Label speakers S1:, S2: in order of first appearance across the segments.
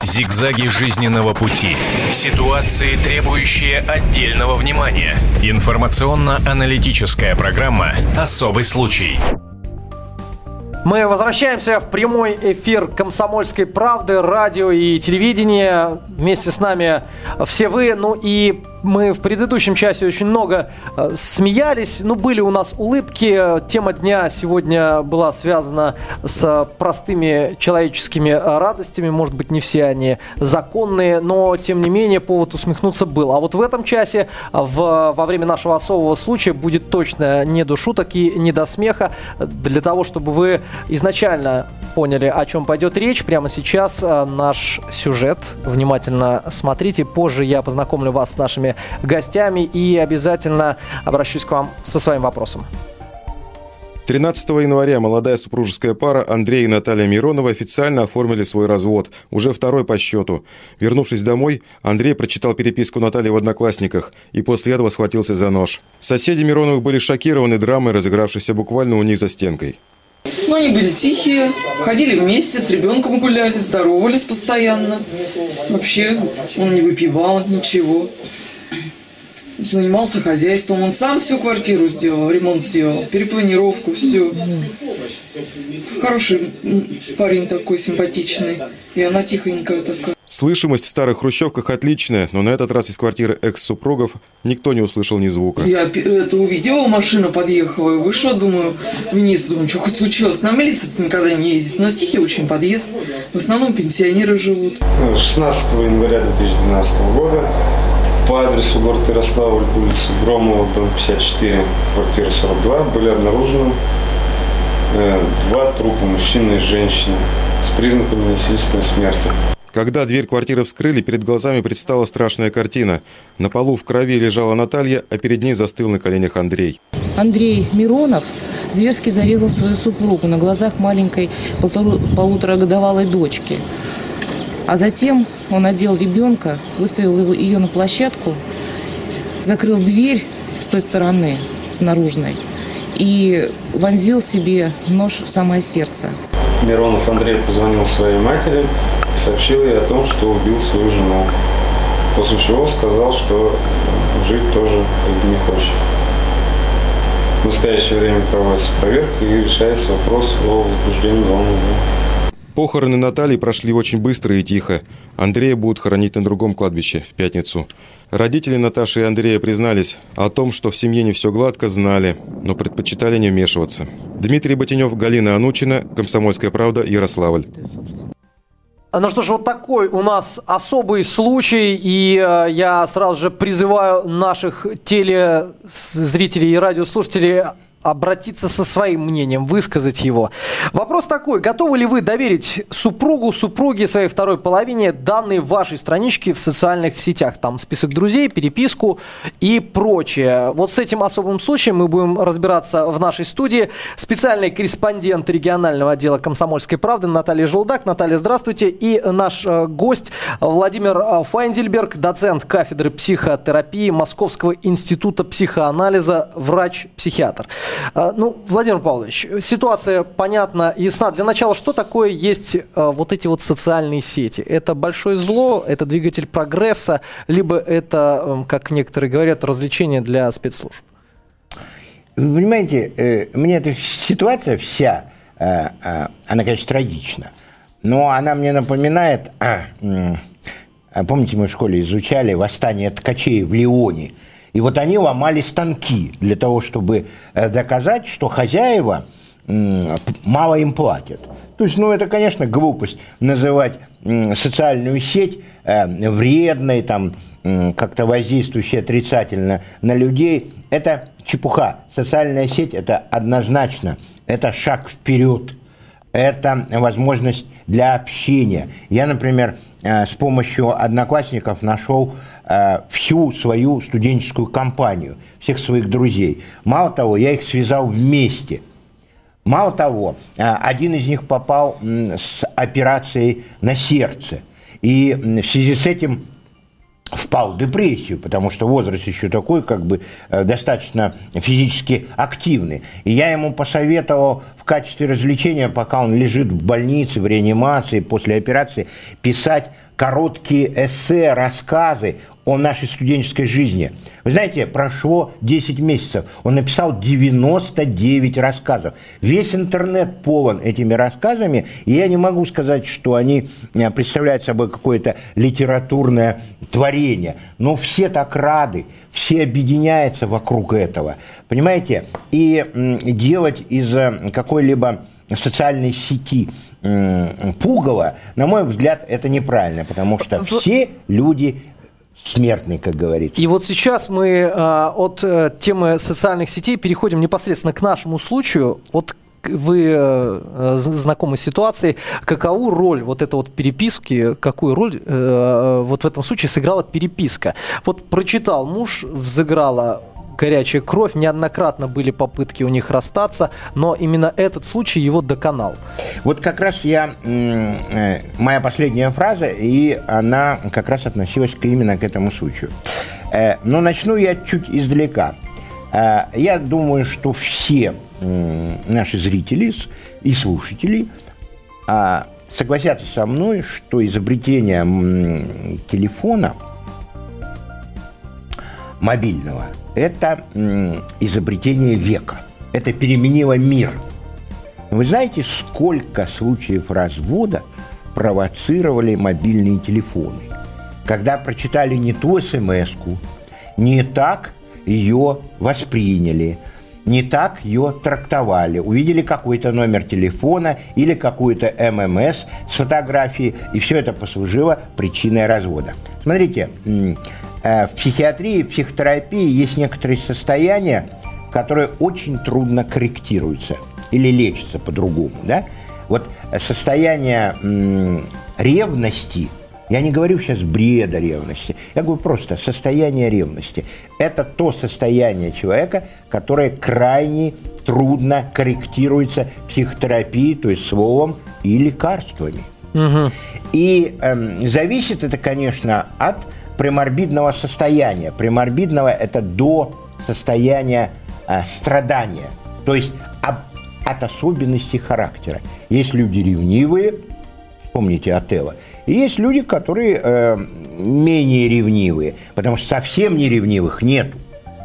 S1: Зигзаги жизненного пути. Ситуации, требующие отдельного внимания. Информационно-аналитическая программа «Особый случай».
S2: Мы возвращаемся в прямой эфир «Комсомольской правды», радио и телевидения. Вместе с нами все вы. Ну и мы в предыдущем часе очень много смеялись. Ну, были у нас улыбки. Тема дня сегодня была связана с простыми человеческими радостями. Может быть, не все они законные, но, тем не менее, повод усмехнуться был. А вот в этом часе, во время нашего особого случая, будет точно не до шуток и не до смеха. Для того, чтобы вы изначально поняли, о чем пойдет речь, прямо сейчас наш сюжет. Внимательно смотрите. Позже я познакомлю вас с нашими гостями и обязательно обращусь к вам со своим вопросом.
S3: 13 января молодая супружеская пара Андрей и Наталья Мироновы официально оформили свой развод, уже второй по счету. Вернувшись домой, Андрей прочитал переписку Натальи в Одноклассниках и после этого схватился за нож. Соседи Мироновых были шокированы драмой, разыгравшейся буквально у них за стенкой.
S4: Ну, они были тихие, ходили вместе, с ребенком гуляли, здоровались постоянно. Вообще, он не выпивал ничего. Занимался хозяйством. Он сам всю квартиру сделал, ремонт сделал, перепланировку, все. Хороший парень такой, симпатичный. И она тихонькая такая.
S3: Слышимость в старых хрущевках отличная, но на этот раз из квартиры экс-супругов никто не услышал ни звука.
S4: Я это увидела, машина подъехала, вышла, думаю, вниз, думаю, что хоть случилось. К нам милиция-то никогда не ездит. У нас тихий очень подъезд. В основном пенсионеры живут.
S5: 16 января 2012 года по адресу город Ярославль, улица Громова, дом 54, квартира 42, были обнаружены два трупа, мужчина и женщина, с признаками насильственной смерти.
S3: Когда дверь квартиры вскрыли, перед глазами предстала страшная картина. На полу в крови лежала Наталья, а перед ней застыл на коленях Андрей.
S6: Андрей Миронов зверски зарезал свою супругу на глазах маленькой полуторагодовалой дочки. А затем он одел ребенка, выставил ее на площадку, закрыл дверь с той стороны, с наружной, и вонзил себе нож в самое сердце.
S5: Миронов Андрей позвонил своей матери и сообщил ей о том, что убил свою жену. После чего сказал, что жить тоже не хочет. В настоящее время проводится проверка и решается вопрос о возбуждении уголовного дела.
S3: Похороны Натальи прошли очень быстро и тихо. Андрея будут хоронить на другом кладбище в пятницу. Родители Наташи и Андрея признались о том, что в семье не все гладко, знали, но предпочитали не вмешиваться. Дмитрий Ботинев, Галина Анучина, «Комсомольская правда», Ярославль.
S2: Ну что ж, вот такой у нас особый случай, и я сразу же призываю наших телезрителей и радиослушателей обратиться со своим мнением, высказать его. Вопрос такой: готовы ли вы доверить супруге, своей второй половине данные вашей странички в социальных сетях? Там список друзей, переписку и прочее. Вот с этим особым случаем мы будем разбираться в нашей студии. Специальный корреспондент регионального отдела «Комсомольской правды» Наталья Желудак. Наталья, здравствуйте. И наш гость Владимир Файнзельберг, доцент кафедры психотерапии Московского института психоанализа, врач-психиатр. Ну, Владимир Павлович, ситуация понятна, ясна. Для начала, что такое есть вот эти вот социальные сети? Это большое зло, это двигатель прогресса, либо это, как некоторые говорят, развлечение для спецслужб?
S7: Вы понимаете, мне эта ситуация вся, она, конечно, трагична, но она мне напоминает, помните, мы в школе изучали «Восстание ткачей» в Лионе. И вот они ломали станки для того, чтобы доказать, что хозяева мало им платят. То есть, это, конечно, глупость называть социальную сеть вредной, там, как-то воздействующей отрицательно на людей. Это чепуха. Социальная сеть – это однозначно, это шаг вперед. Это возможность для общения. Я, например, с помощью Одноклассников нашел всю свою студенческую компанию, всех своих друзей. Мало того, я их связал вместе. Мало того, один из них попал с операцией на сердце. И в связи с этим впал в депрессию, потому что возраст еще такой, достаточно физически активный. И я ему посоветовал, в в качестве развлечения, пока он лежит в больнице, в реанимации, после операции, писать короткие эссе, рассказы о нашей студенческой жизни. Вы знаете, прошло 10 месяцев, он написал 99 рассказов. Весь интернет полон этими рассказами, и я не могу сказать, что они представляют собой какое-то литературное творение. Но все так рады, все объединяются вокруг этого. Понимаете? И делать из какой-либо социальной сети пугало, на мой взгляд, это неправильно, потому что все люди смертный, как говорится.
S2: И вот сейчас мы от темы социальных сетей переходим непосредственно к нашему случаю. Вот вы знакомы с ситуацией, какову роль вот этой вот переписки, какую роль вот в этом случае сыграла переписка? Вот прочитал муж, взыграла горячая кровь, неоднократно были попытки у них расстаться, но именно этот случай его доконал.
S7: Вот как раз моя последняя фраза, и она как раз относилась именно к этому случаю. Но начну я чуть издалека. Я думаю, что все наши зрители и слушатели согласятся со мной, что изобретение телефона мобильного – это изобретение века. Это переменило мир. Вы знаете, сколько случаев развода провоцировали мобильные телефоны? Когда прочитали не ту смс-ку, не так ее восприняли, не так ее трактовали, увидели какой-то номер телефона или какую-то ММС с фотографией, и все это послужило причиной развода. Смотрите, в психиатрии, в психотерапии есть некоторые состояния, которые очень трудно корректируются или лечатся по-другому. Да? Вот состояние ревности, я не говорю сейчас бреда ревности, я говорю просто состояние ревности. Это то состояние человека, которое крайне трудно корректируется психотерапией, то есть словом и лекарствами. Угу. И зависит это, конечно, от преморбидного состояния. Преморбидного – это до состояния страдания, то есть от особенностей характера. Есть люди ревнивые, помните Отелло, и есть люди, которые менее ревнивые, потому что совсем не ревнивых нету.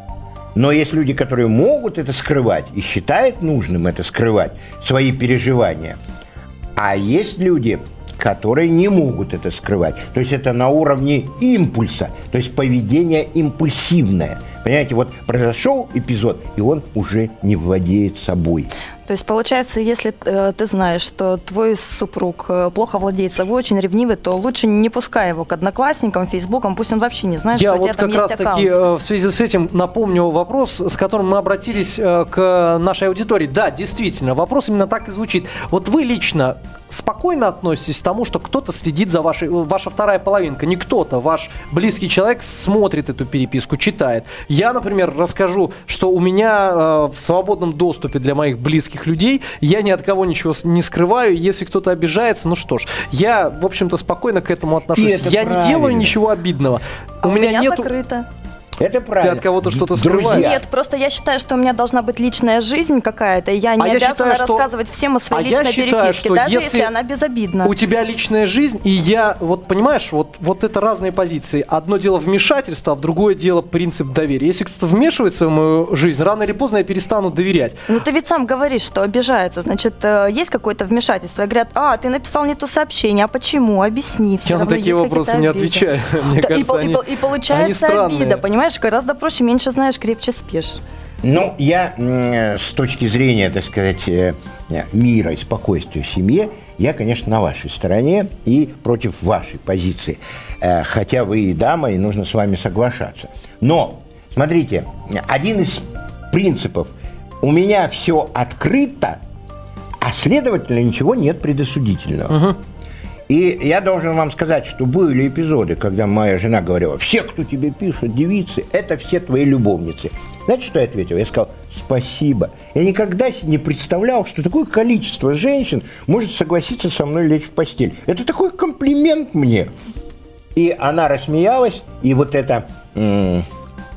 S7: Но есть люди, которые могут это скрывать и считают нужным это скрывать, свои переживания. А есть люди, которые не могут это скрывать. То есть это на уровне импульса, то есть поведение импульсивное. Понимаете, вот произошел эпизод, и он уже не владеет собой.
S8: То есть, получается, если ты знаешь, что твой супруг плохо владеет собой, очень ревнивый, то лучше не пускай его к одноклассникам, фейсбукам, пусть он вообще не знает, что у тебя там есть аккаунт. Я вот как раз-таки в связи с этим напомню вопрос, с которым мы обратились к нашей аудитории. Да, действительно, вопрос именно так и звучит. Вот вы лично спокойно относитесь к тому, что кто-то следит за ваша вторая половинка, не кто-то, ваш близкий человек смотрит эту переписку, читает. Я, например, расскажу, что у меня в свободном доступе для моих близких людей, я ни от кого ничего не скрываю, если кто-то обижается, ну что ж, я, в общем-то, спокойно к этому отношусь. Я не делаю ничего обидного. У меня нету... закрыто.
S7: Это правильно.
S2: Ты от кого-то что-то скрываешь?
S8: Нет, просто я считаю, что у меня должна быть личная жизнь какая-то, и я не обязана рассказывать всем о своей личной переписке, даже если она безобидна.
S2: У тебя личная жизнь, и я, вот понимаешь, вот это разные позиции. Одно дело вмешательство, а другое дело принцип доверия. Если кто-то вмешивается в мою жизнь, рано или поздно я перестану доверять.
S8: Ну ты ведь сам говоришь, что обижаются, значит, есть какое-то вмешательство, и говорят, ты написал не то сообщение, а почему, объясни. Все
S2: я на такие вопросы не отвечаю. Мне кажется,
S8: и получается обида, понимаешь? Гораздо проще, меньше знаешь, крепче спишь.
S7: Ну, я с точки зрения, так сказать, мира и спокойствия в семье, я, конечно, на вашей стороне и против вашей позиции. Хотя вы и дама, и нужно с вами соглашаться. Но, смотрите, один из принципов: у меня все открыто, а следовательно, ничего нет предосудительного. Угу. И я должен вам сказать, что были эпизоды, когда моя жена говорила: все, кто тебе пишет, девицы, это все твои любовницы. Знаете, что я ответил? Я сказал: спасибо. Я никогда себе не представлял, что такое количество женщин может согласиться со мной лечь в постель. Это такой комплимент мне. И она рассмеялась, и вот это,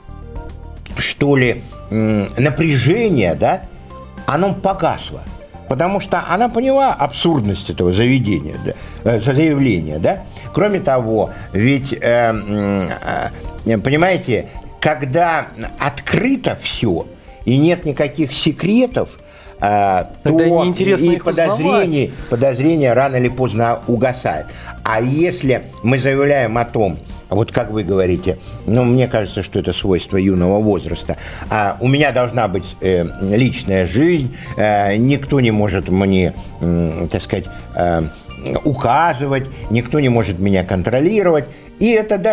S7: что ли, напряжение, да, оно погасло. потому что она поняла абсурдность этого заявления, да? Кроме того, ведь, понимаете, когда открыто все и нет никаких секретов, то и подозрение рано или поздно угасает. А если мы заявляем о том, вот как вы говорите, мне кажется, что это свойство юного возраста, у меня должна быть личная жизнь, никто не может мне, так сказать, указывать, никто не может меня контролировать. И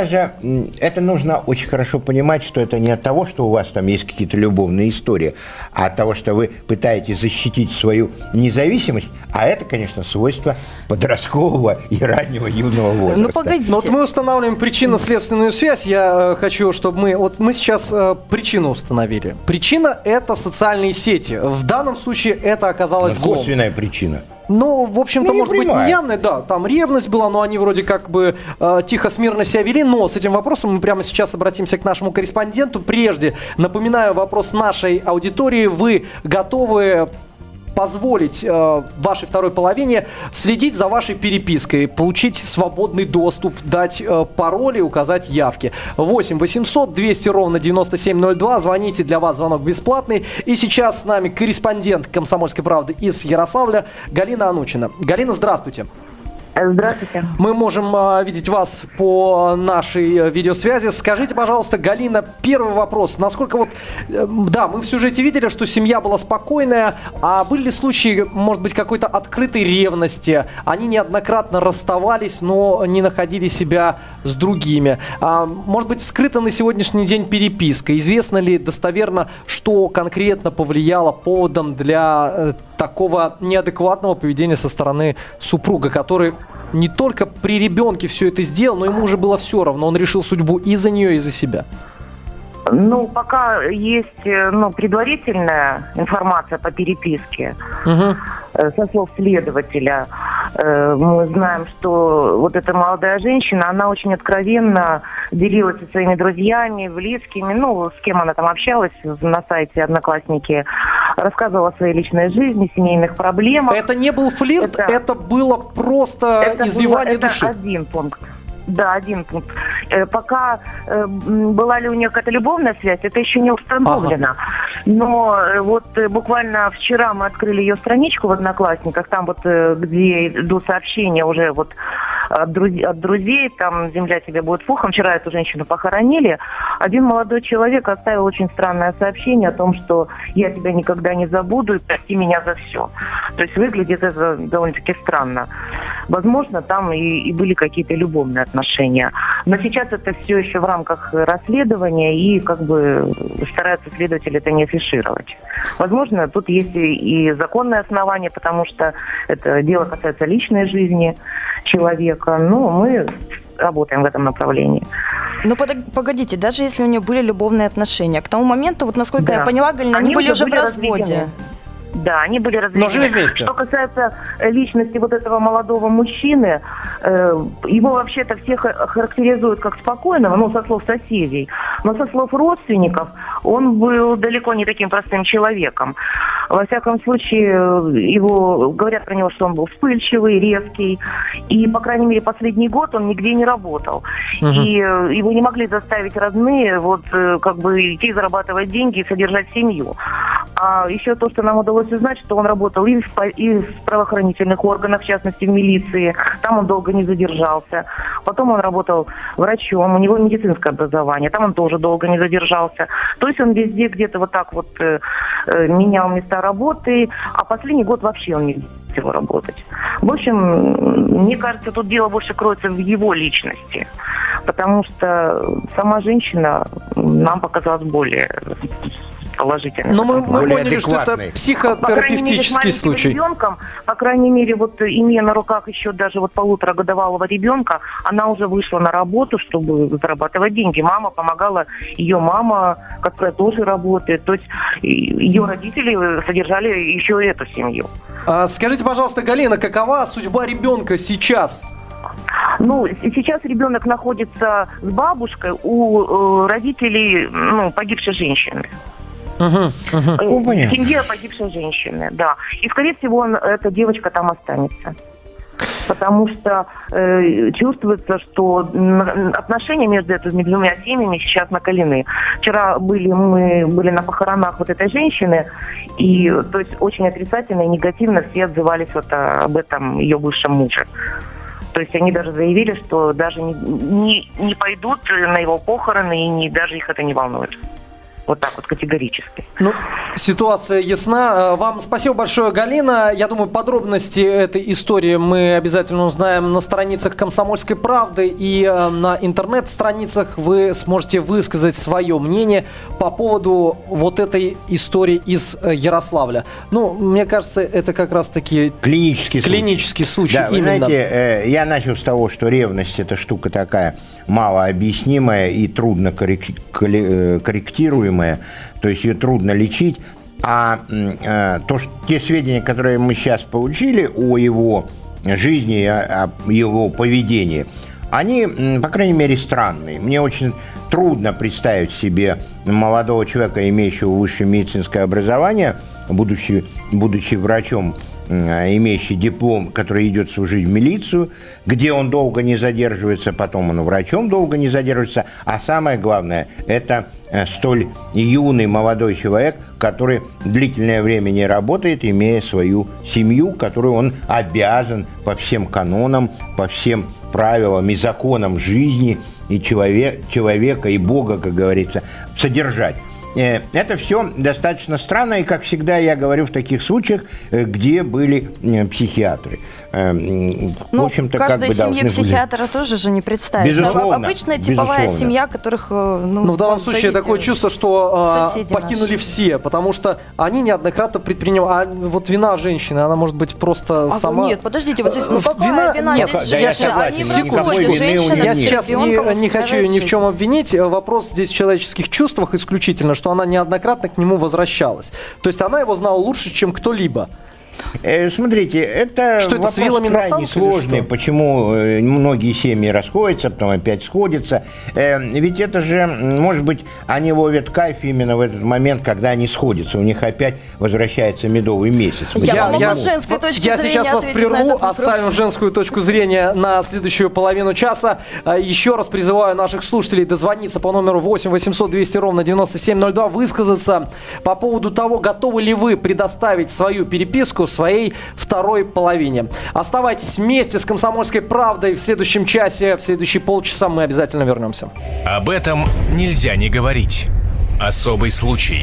S7: это нужно очень хорошо понимать, что это не от того, что у вас там есть какие-то любовные истории, а от того, что вы пытаетесь защитить свою независимость, а это, конечно, свойство подросткового и раннего юного возраста.
S2: Ну, погодите. Вот мы устанавливаем причинно-следственную связь. Я хочу, чтобы мы сейчас причину установили. Причина – это социальные сети. В данном случае это оказалось злом.
S7: Косвенная причина.
S2: Ну, в общем-то, может быть, не явная, да, там ревность была, но они вроде как бы тихо, смирно себя вели, но с этим вопросом мы прямо сейчас обратимся к нашему корреспонденту. Прежде, напоминаю, вопрос нашей аудитории. Вы готовы позволить вашей второй половине следить за вашей перепиской, получить свободный доступ, дать пароли, указать явки? 8 800 200 ровно 9702. Звоните, для вас звонок бесплатный. И сейчас с нами корреспондент «Комсомольской правды» из Ярославля Галина Анучина. Галина, здравствуйте.
S9: Здравствуйте.
S2: Мы можем видеть вас по нашей видеосвязи. Скажите, пожалуйста, Галина, первый вопрос. Насколько да, мы в сюжете видели, что семья была спокойная, а были ли случаи, может быть, какой-то открытой ревности? Они неоднократно расставались, но не находили себя с другими. Может быть, вскрыта на сегодняшний день переписка? Известно ли достоверно, что конкретно повлияло поводом для такого неадекватного поведения со стороны супруга, который не только при ребенке все это сделал, но ему уже было все равно. Он решил судьбу и за нее, и за себя.
S9: Ну, пока есть предварительная информация по переписке со слов следователя. Мы знаем, что вот эта молодая женщина, она очень откровенно делилась со своими друзьями, близкими, с кем она там общалась на сайте «Одноклассники», рассказывала о своей личной жизни, семейных проблемах.
S2: Это не был флирт, это было просто изливание души.
S9: Это один пункт. Да, один пункт. Пока была ли у нее какая-то любовная связь, это еще не установлено. Но вот буквально вчера мы открыли ее страничку в «Одноклассниках», там где идут сообщения уже от друзей, там «Земля тебе будет пухом». Вчера эту женщину похоронили. Один молодой человек оставил очень странное сообщение о том, что «я тебя никогда не забуду и прости меня за все». То есть выглядит это довольно-таки странно. Возможно, там и были какие-то любовные отношения. Но сейчас это все еще в рамках расследования, и стараются следователи это не афишировать. Возможно, тут есть и законное основание, потому что это дело касается личной жизни человека. Но мы работаем в этом направлении.
S8: Ну, погодите, даже если у нее были любовные отношения, к тому моменту, насколько я поняла, Галина, они были уже в разводе.
S9: Да, они были разведены.
S2: Но жили вместе.
S9: Что касается личности этого молодого мужчины, его вообще-то все характеризуют как спокойного, со слов соседей. Но со слов родственников он был далеко не таким простым человеком. Во всяком случае, говорят про него, что он был вспыльчивый, резкий. И, по крайней мере, последний год он нигде не работал. И его не могли заставить родные идти зарабатывать деньги и содержать семью. А еще то, что нам удалось узнать, что он работал и в правоохранительных органах, в частности в милиции. Там он долго не задержался. Потом он работал врачом, у него медицинское образование. Там он тоже долго не задержался. То есть он везде где-то менял места работы, а последний год вообще он не хотел работать. В общем, мне кажется, тут дело больше кроется в его личности. Потому что сама женщина нам показалась более положительно.
S2: Но мы поняли, что это психотерапевтический случай.
S9: По крайней мере, имея на руках еще даже 1,5-годовалого ребенка, она уже вышла на работу, чтобы зарабатывать деньги. Мама помогала, ее мама, которая тоже работает. То есть ее родители содержали еще эту семью.
S2: Скажите, пожалуйста, Галина, какова судьба ребенка сейчас?
S9: Сейчас ребенок находится с бабушкой у родителей погибшей женщины. В семье погибшей женщины, да. И, скорее всего, эта девочка там останется. Потому что чувствуется, что отношения между этими двумя семьями сейчас накалены. Вчера мы были на похоронах вот этой женщины, и то есть очень отрицательно и негативно все отзывались вот об этом ее бывшем муже. То есть они даже заявили, что даже не пойдут на его похороны, и даже их это не волнует. Вот так вот категорически.
S2: Ну, ситуация ясна. Вам спасибо большое, Галина. Я думаю, подробности этой истории мы обязательно узнаем на страницах «Комсомольской правды», и на интернет-страницах вы сможете высказать свое мнение по поводу вот этой истории из Ярославля. Ну, мне кажется, это как раз-таки клинический случай.
S7: Да, вы знаете, я начал с того, что ревность – это штука такая малообъяснимая и трудно корректируемая. То есть ее трудно лечить, те сведения, которые мы сейчас получили о его жизни, о его поведении, они, по крайней мере, странные. Мне очень трудно представить себе молодого человека, имеющего высшее медицинское образование, будучи врачом, имеющий диплом, который идет служить в милицию, где он долго не задерживается, потом он врачом долго не задерживается, а самое главное, это столь юный молодой человек, который длительное время не работает, имея свою семью, которую он обязан по всем канонам, по всем правилам и законам жизни и человека, и Бога, как говорится, содержать. Это все достаточно странно, и, как всегда, я говорю в таких случаях, где были психиатры.
S8: В общем-то, каждой семье психиатра тоже же не представить.
S7: Безусловно,
S8: обычная типовая семья, которых...
S2: в данном случае такое чувство, что покинули все, потому что они неоднократно предпринимали... вот вина женщины, она может быть просто сама...
S8: Нет, подождите, вот здесь... какая вина?
S2: Нет, я сейчас не хочу ни в чем обвинить. Вопрос здесь в человеческих чувствах исключительно, что она неоднократно к нему возвращалась. То есть она его знала лучше, чем кто-либо.
S7: Смотрите, это вопрос крайне сложный, почему многие семьи расходятся, потом опять сходятся. Ведь это же, может быть, они ловят кайф именно в этот момент, когда они сходятся. У них опять возвращается медовый месяц.
S8: Я сейчас
S2: вас прерву, оставим женскую точку зрения на следующую половину часа. Еще раз призываю наших слушателей дозвониться по номеру 8 800 200 ровно 9702, высказаться по поводу того, готовы ли вы предоставить свою переписку своей второй половине. Оставайтесь вместе с «Комсомольской правдой». В следующем часе, в следующие полчаса мы обязательно вернемся.
S1: Об этом нельзя не говорить. Особый случай.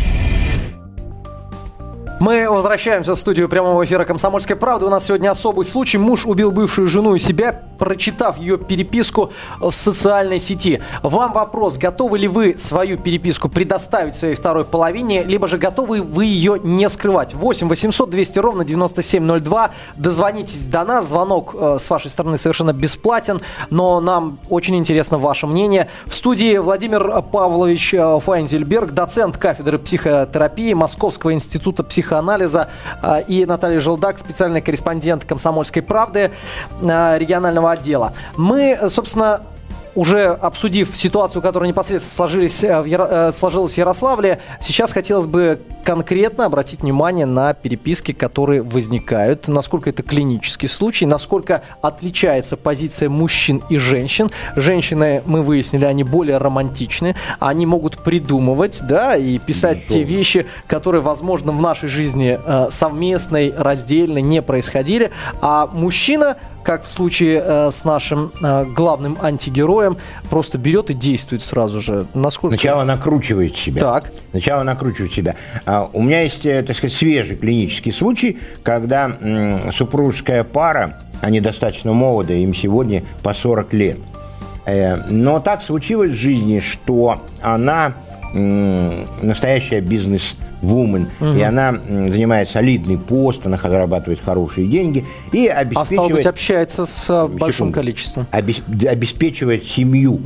S2: Мы возвращаемся в студию прямого эфира «Комсомольской правды». У нас сегодня особый случай. Муж убил бывшую жену и себя, прочитав ее переписку в социальной сети. Вам вопрос: готовы ли вы свою переписку предоставить своей второй половине, либо же готовы вы ее не скрывать? 8 800 200 ровно 9702. Дозвонитесь до нас. Звонок с вашей стороны совершенно бесплатен, но нам очень интересно ваше мнение. В студии Владимир Павлович Файнзельберг, доцент кафедры психотерапии Московского института психоанализа, и Наталья Желдак, специальный корреспондент «Комсомольской правды» регионального отдела. Мы, собственно, уже обсудив ситуацию, которая непосредственно сложилась в Ярославле, сейчас хотелось бы конкретно обратить внимание на переписки, которые возникают, насколько это клинический случай, насколько отличается позиция мужчин и женщин. Женщины, мы выяснили, они более романтичны, они могут придумывать, да, и писать те вещи, которые, возможно, в нашей жизни совместной, раздельной не происходили, а мужчина, как в случае с нашим главным антигероем, просто берет и действует сразу же.
S7: Сначала накручивает себя.
S2: Так.
S7: Сначала накручивает себя. У меня есть, так сказать, свежий клинический случай, когда супружеская пара, они достаточно молодые, им сегодня по 40 лет. Но так случилось в жизни, что она настоящая бизнес-вумен, и она занимает солидный пост, она зарабатывает хорошие деньги и обеспечивает...
S2: стало быть, общается с большим количеством.
S7: Обеспечивает семью.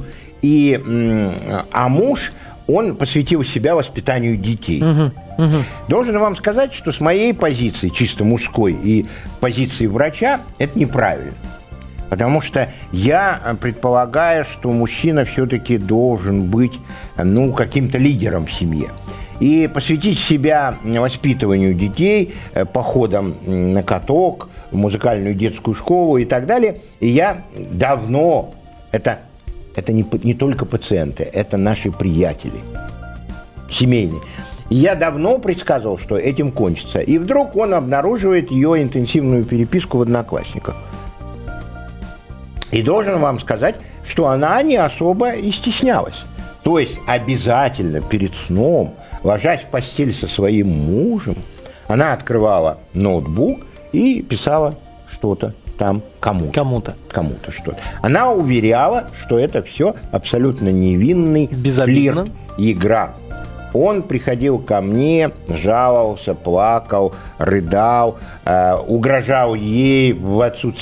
S7: А муж, он посвятил себя воспитанию детей. Должен вам сказать, что с моей позиции, чисто мужской, и позиции врача, это неправильно. Потому что я предполагаю, что мужчина все-таки должен быть, каким-то лидером в семье. и посвятить себя воспитыванию детей, походам на каток, в музыкальную детскую школу и так далее. И я давно, это не только пациенты, это наши приятели семейные. И я давно предсказывал, что этим кончится. И вдруг он обнаруживает ее интенсивную переписку в Одноклассниках. И должен вам сказать, что она не особо и стеснялась. То есть обязательно перед сном, ложась в постель со своим мужем, она открывала ноутбук и писала что-то там кому-то что-то. Она уверяла, что это все абсолютно невинный флирт, игра. Он приходил ко мне, жаловался, плакал, рыдал, угрожал ей в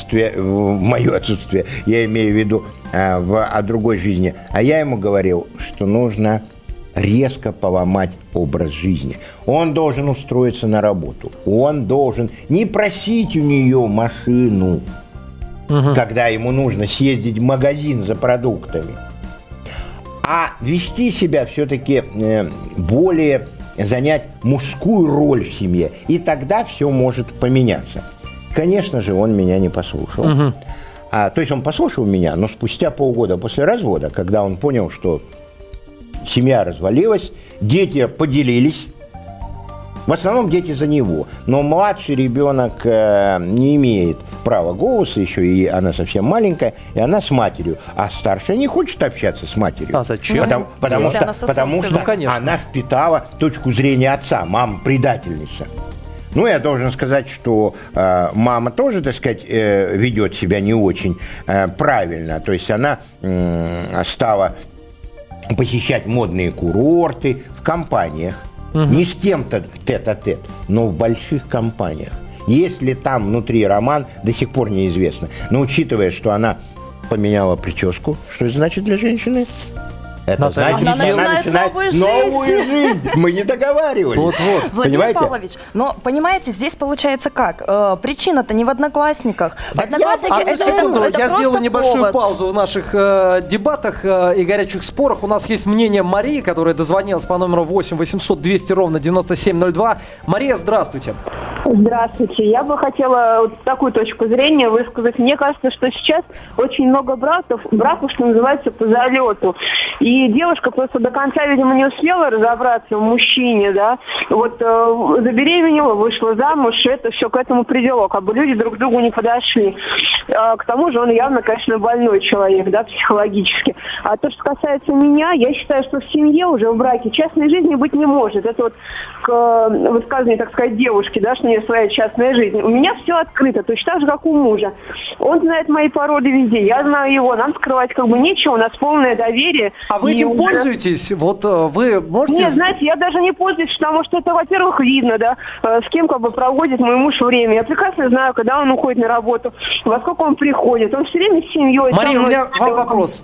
S7: мое отсутствие, я имею в виду о другой жизни. А я ему говорил, что нужно резко поломать образ жизни. Он должен устроиться на работу. Он должен не просить у нее машину, когда ему нужно съездить в магазин за продуктами, а вести себя все-таки более, занять мужскую роль в семье. И тогда все может поменяться. Конечно же, он меня не послушал. То есть он послушал меня, но спустя полгода после развода, когда он понял, что семья развалилась, дети поделились. В основном дети за него. Но младший ребенок не имеет права голоса еще, и она совсем маленькая, и она с матерью. А старшая не хочет общаться с матерью.
S2: А зачем?
S7: Потому что она впитала точку зрения отца, мама предательница. Ну, я должен сказать, что мама тоже, так сказать, ведет себя не очень правильно. То есть она стала посещать модные курорты в компаниях. Не с кем-то тет-а-тет, но в больших компаниях. Если там внутри роман, до сих пор неизвестно. Но учитывая, что она поменяла прическу, что это значит для женщины? Это значит,
S8: она начинает
S7: новую жизнь. Мы не договаривались.
S8: Владимир Павлович, но понимаете, здесь получается как? Причина-то не в Одноклассниках.
S2: Одноклассники это я сделаю небольшую паузу в наших дебатах и горячих спорах. У нас есть мнение Марии, которая дозвонилась по номеру 8 800 200 ровно 9702. Мария, здравствуйте.
S10: Здравствуйте. Я бы хотела вот такую точку зрения высказать. Мне кажется, что сейчас очень много браков, что называется, по залету. И девушка просто до конца, видимо, не успела разобраться в мужчине, да. Вот забеременела, вышла замуж, и это все к этому привело. Как бы люди друг к другу не подошли. К тому же он явно, конечно, больной человек, да, психологически. А то, что касается меня, я считаю, что в семье уже, в браке, частной жизни быть не может. Это вот к высказыванию, так сказать, девушки, да, что у нее своя частная жизнь. У меня все открыто, точно так же, как у мужа. Он знает мои пароли везде, я знаю его, нам скрывать как бы нечего, у нас полное доверие.
S2: А вы этим пользуетесь? Вот вы можете...
S10: Нет, знаете, я даже не пользуюсь, потому что это, во-первых, видно, да, с кем как бы проводит мой муж время. Я прекрасно знаю, когда он уходит на работу, во сколько он приходит. Он все время с семьей.
S2: Мария, у меня вам вопрос.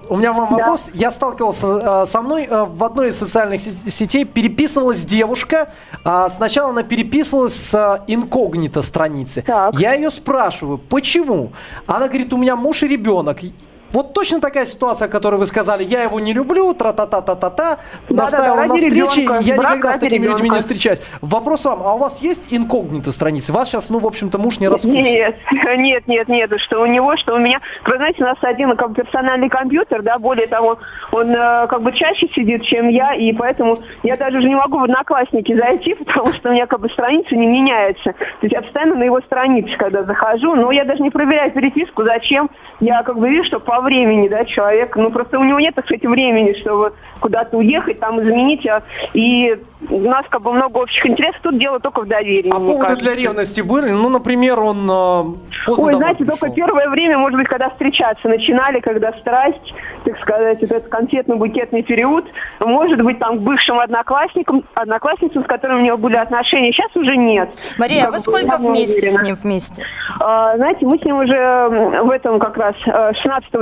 S2: Я сталкивался со мной в одной из социальных сетей, переписывалась девушка. Сначала она переписывалась с инкогнито страницы. Так. Я ее спрашиваю, почему? Она говорит, у меня муж и ребенок. Вот точно такая ситуация, о которой вы сказали, я его не люблю, тра-та-та-та-та-та, настаивала на встрече, я никогда с такими людьми не встречаюсь. Вопрос вам, а у вас есть инкогнито страницы? Вас сейчас, в общем-то, муж не раскусит.
S10: Нет, что у него, что у меня. Вы знаете, у нас один как бы персональный компьютер, да, более того, он как бы чаще сидит, чем я, и поэтому я даже уже не могу в Одноклассники зайти, потому что у меня как бы страница не меняется. То есть я постоянно на его странице, когда захожу, но я даже не проверяю переписку, зачем. Я как бы вижу, что по времени, да, человек, просто у него нет, так сказать, времени, чтобы куда-то уехать, там, изменить, и у нас как бы много общих интересов, тут дело только в доверии.
S2: А поводы для ревности были? Например, он поздно
S10: знаете, только первое время, может быть, когда встречаться начинали, когда страсть, так сказать, этот конфетно-букетный период, может быть, там, к бывшим одноклассницам, с которыми у него были отношения, сейчас уже нет.
S8: Мария, вы сколько вместе с ним вместе?
S10: Знаете, мы с ним уже в этом как раз 16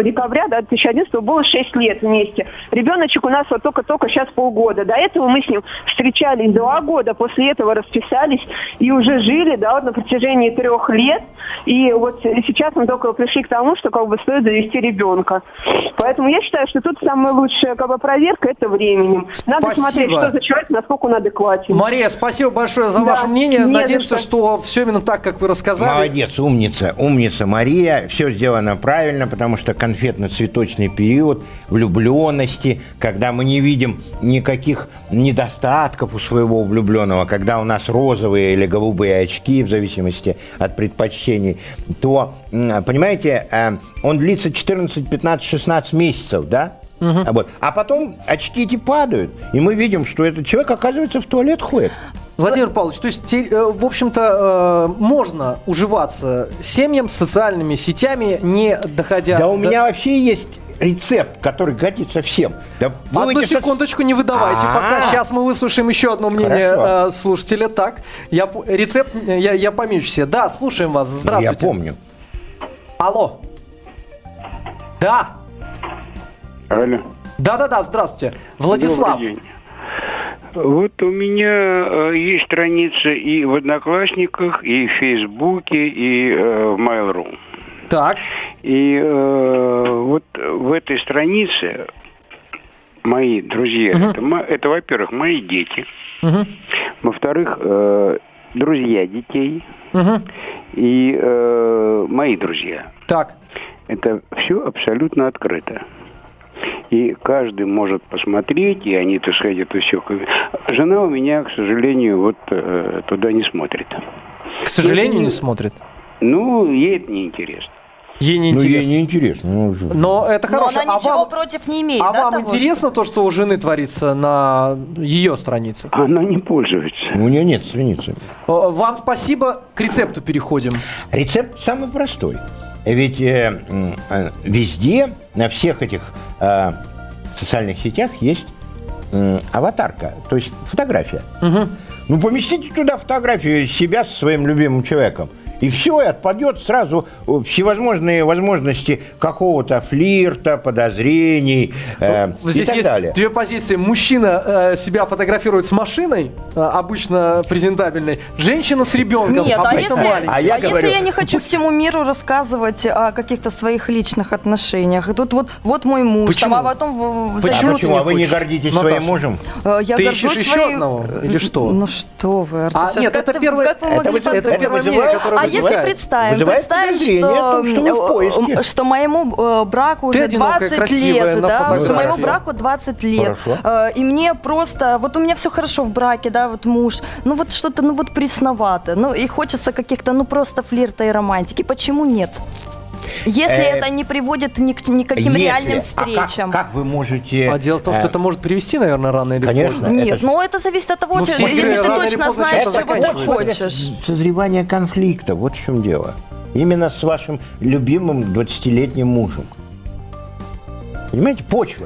S10: декабря 2011 было 6 лет вместе. Ребеночек у нас вот только-только сейчас полгода. До этого мы с ним встречались 2 года, после этого расписались и уже жили, да, вот на протяжении 3 лет. И вот сейчас мы только пришли к тому, что как бы стоит завести ребенка. Поэтому я считаю, что тут самая лучшая как бы проверка – это временем. Надо смотреть, что за человек, насколько он адекватен.
S2: Мария, спасибо большое за ваше мнение. Надеемся, что все именно так, как вы рассказали.
S7: Молодец, умница Мария. Все сделано правильно, потому что конфетно-цветочный период влюбленности, когда мы не видим никаких недостатков у своего влюбленного, когда у нас розовые или голубые очки, в зависимости от предпочтений, то, понимаете, он длится 14, 15, 16 месяцев, да? Вот. А потом очки эти падают, и мы видим, что этот человек, оказывается, в туалет ходит.
S2: Владимир Павлович, то есть, в общем-то, можно уживаться семьям с социальными сетями, не доходя...
S7: Да у меня вообще есть рецепт, который годится всем. Да,
S2: одну секундочку, не выдавайте. Пока сейчас мы выслушаем еще одно мнение слушателя. Так, рецепт я помечу себе. Да, слушаем вас. Здравствуйте.
S7: Я помню.
S2: Алло. Да.
S11: Алло.
S2: Да, здравствуйте. Владислав.
S11: Добрый день. Вот у меня есть страницы и в Одноклассниках, и в Фейсбуке, и в Mail.ru.
S2: Так.
S11: И вот в этой странице мои друзья, это, во-первых, мои дети, во-вторых, друзья детей и мои друзья.
S2: Так.
S11: Это все абсолютно открыто. И каждый может посмотреть, и они, так сказать, это все. Жена у меня, к сожалению, вот туда не смотрит.
S2: К сожалению, не смотрит?
S11: Ну, ей это неинтересно.
S2: Ей неинтересно.
S7: Ей неинтересно.
S2: Но это хорошо.
S8: Но она ничего против не имеет.
S2: А вам интересно то, что у жены творится на ее странице?
S11: Она не пользуется.
S7: У нее нет страницы.
S2: Вам спасибо. К рецепту переходим.
S7: Рецепт самый простой. Ведь везде, на всех этих социальных сетях есть аватарка, то есть фотография. Ну, поместите туда фотографию себя со своим любимым человеком. И все, и отпадет сразу всевозможные возможности какого-то флирта, подозрений
S2: здесь
S7: и так
S2: есть
S7: далее.
S2: 2 позиции. Мужчина себя фотографирует с машиной, обычно презентабельной. Женщина с ребенком,
S8: нет,
S2: обычно маленькой.
S8: Если я не хочу всему миру рассказывать о каких-то своих личных отношениях, и тут вот мой муж,
S2: почему?
S8: Там, а потом...
S7: Почему? А вы не гордитесь своим мужем?
S2: Ты ищешь еще одного? Или что?
S8: Ну что вы, Артур?
S2: Нет, это первое мнение, которое
S8: если представим, что моему браку уже 20 лет, да, что моему браку 20 лет, и мне просто, вот у меня все хорошо в браке, да, вот муж, ну вот что-то, ну вот пресновато, ну и хочется каких-то, ну просто флирта и романтики, почему нет? Если это не приводит ни к никаким реальным встречам.
S7: Как вы можете...
S2: А дело в том, что это может привести, наверное, рано или
S7: поздно.
S8: Нет, но это зависит от того, если ты точно знаешь, чего ты хочешь.
S7: Созревание конфликта, вот в чем дело. Именно с вашим любимым 20-летним мужем. Понимаете, почва.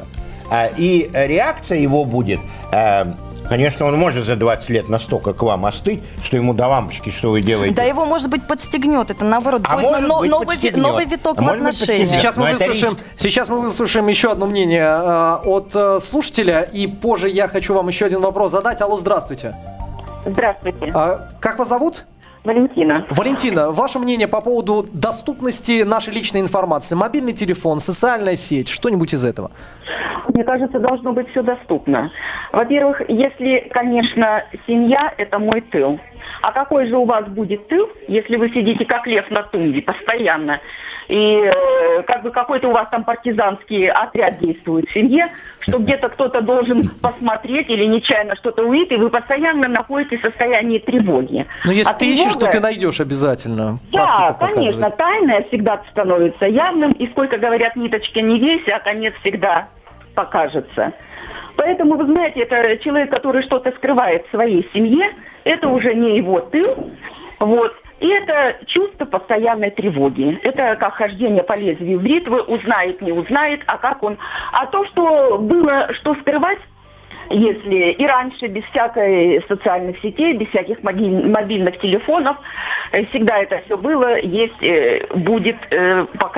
S7: И реакция его будет... Конечно, он может за 20 лет настолько к вам остыть, что ему до лампочки, что вы делаете.
S8: Да его, может быть, подстегнет. Это, наоборот, будет новый виток в отношениях.
S2: Сейчас мы выслушаем еще одно мнение от слушателя. И позже я хочу вам еще один вопрос задать. Алло, здравствуйте.
S12: Здравствуйте.
S2: Как вас зовут?
S12: Валентина.
S2: Валентина, ваше мнение по поводу доступности нашей личной информации? Мобильный телефон, социальная сеть, что-нибудь из этого?
S12: Мне кажется, должно быть все доступно. Во-первых, если, конечно, семья – это мой тыл. А какой же у вас будет тыл, если вы сидите как лев на тумбе постоянно, и как бы какой-то у вас там партизанский отряд действует в семье, что где-то кто-то должен посмотреть или нечаянно что-то увидеть, и вы постоянно находитесь в состоянии тревоги.
S2: Но если ты ищешь, то ты найдешь обязательно.
S12: Да, конечно, тайное всегда становится явным, и сколько говорят, ниточки не весь, а конец всегда покажется. Поэтому, вы знаете, это человек, который что-то скрывает в своей семье, это уже не его тыл, вот. И это чувство постоянной тревоги. Это как хождение по лезвию бритвы, узнает, не узнает, а как он... А то, что было, что скрывать, если и раньше без всякой социальных сетей, без всяких мобильных телефонов, всегда это все было, есть, будет, пока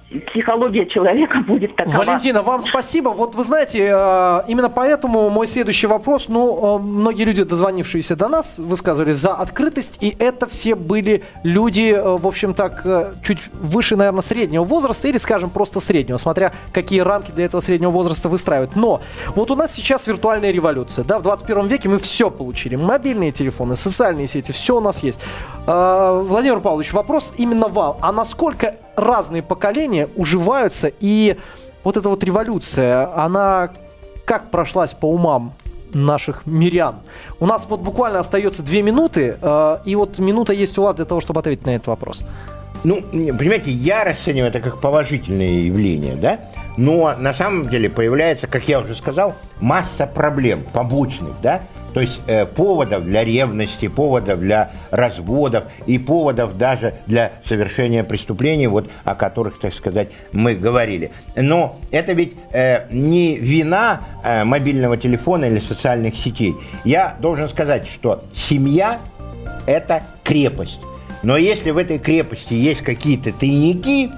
S12: психология человека будет такова.
S2: Валентина, вам спасибо. Вот вы знаете, именно поэтому мой следующий вопрос, многие люди, дозвонившиеся до нас, высказывали за открытость, и это все были люди, в общем так, чуть выше, наверное, среднего возраста, или, скажем, просто среднего, смотря какие рамки для этого среднего возраста выстраивать. Но вот у нас сейчас виртуальная революция, да, в 21 веке мы все получили, мобильные телефоны, социальные сети, все у нас есть. Владимир Павлович, вопрос именно вам, а насколько разные поколения уживаются, и вот эта вот революция, она как прошлась по умам наших мирян? У нас вот буквально остается 2 минуты, и вот минута есть у вас для того, чтобы ответить на этот вопрос.
S7: Ну, понимаете, я расцениваю это как положительное явление, да? Но на самом деле появляется, как я уже сказал, масса проблем побочных, да? То есть поводов для ревности, поводов для разводов и поводов даже для совершения преступлений, вот о которых, так сказать, мы говорили. Но это ведь не вина мобильного телефона или социальных сетей. Я должен сказать, что семья – это крепость. Но если в этой крепости есть какие-то тайники,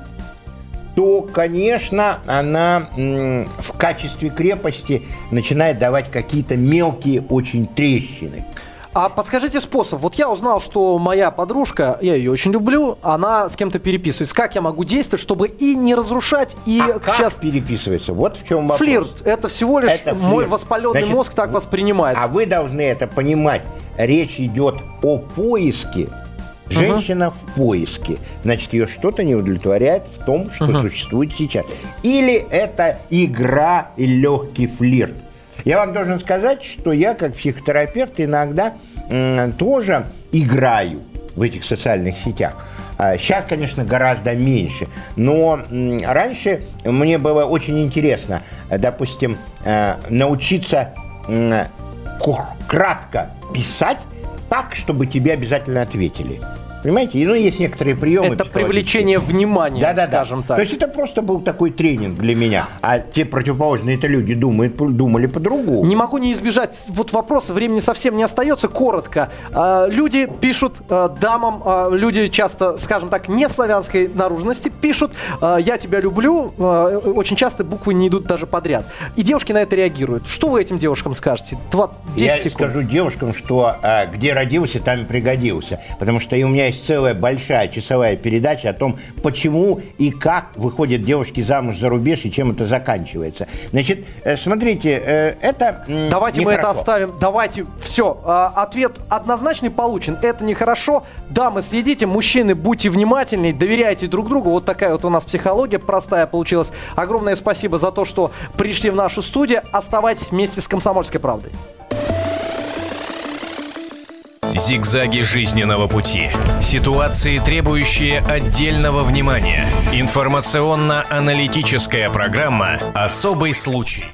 S7: то, конечно, она в качестве крепости начинает давать какие-то мелкие очень трещины.
S2: А подскажите способ. Вот я узнал, что моя подружка, я ее очень люблю, она с кем-то переписывается. Как я могу действовать, чтобы и не разрушать, и...
S7: как переписывается? Вот в чем вопрос.
S2: Флирт. Это всего лишь мой воспаленный мозг так воспринимает.
S7: А вы должны это понимать. Речь идет о поиске. Женщина в поиске. Значит, ее что-то не удовлетворяет в том, что существует сейчас. Или это игра и легкий флирт. Я вам должен сказать, что я, как психотерапевт, иногда тоже играю в этих социальных сетях. Сейчас, конечно, гораздо меньше. Но раньше мне было очень интересно, допустим, научиться кратко писать так, чтобы тебе обязательно ответили. Понимаете? Ну, есть некоторые приемы.
S2: Это привлечение внимания, скажем так.
S7: То есть это просто был такой тренинг для меня. А те противоположные-то люди думали по-другому.
S2: Не могу не избежать вот вопроса, времени совсем не остается. Коротко. Люди пишут дамам, люди часто, скажем так, не славянской наружности, пишут «я тебя люблю». Очень часто буквы не идут даже подряд. И девушки на это реагируют. Что вы этим девушкам скажете? 10 секунд.
S7: Я скажу девушкам, что где родился, там и пригодился. Потому что и у меня есть целая большая часовая передача о том, почему и как выходят девушки замуж за рубеж и чем это заканчивается. Значит, смотрите, это
S2: давайте мы это оставим. Давайте, все. Ответ однозначный получен. Это нехорошо. Дамы, следите, мужчины, будьте внимательнее, доверяйте друг другу. Вот такая вот у нас психология простая получилась. Огромное спасибо за то, что пришли в нашу студию. Оставайтесь вместе с «Комсомольской правдой».
S1: Зигзаги жизненного пути. Ситуации, требующие отдельного внимания. Информационно-аналитическая программа «Особый случай».